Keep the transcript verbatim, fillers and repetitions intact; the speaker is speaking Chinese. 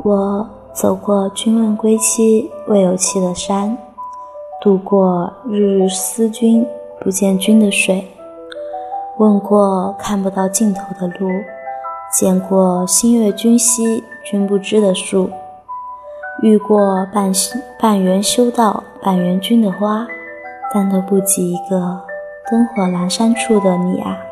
我走过君问归期未有期的山，渡过日日思君不见君的水，问过看不到尽头的路，见过星月君兮君不知的树，遇过半半缘修道半缘君的花，但都不及一个灯火阑珊处的你啊。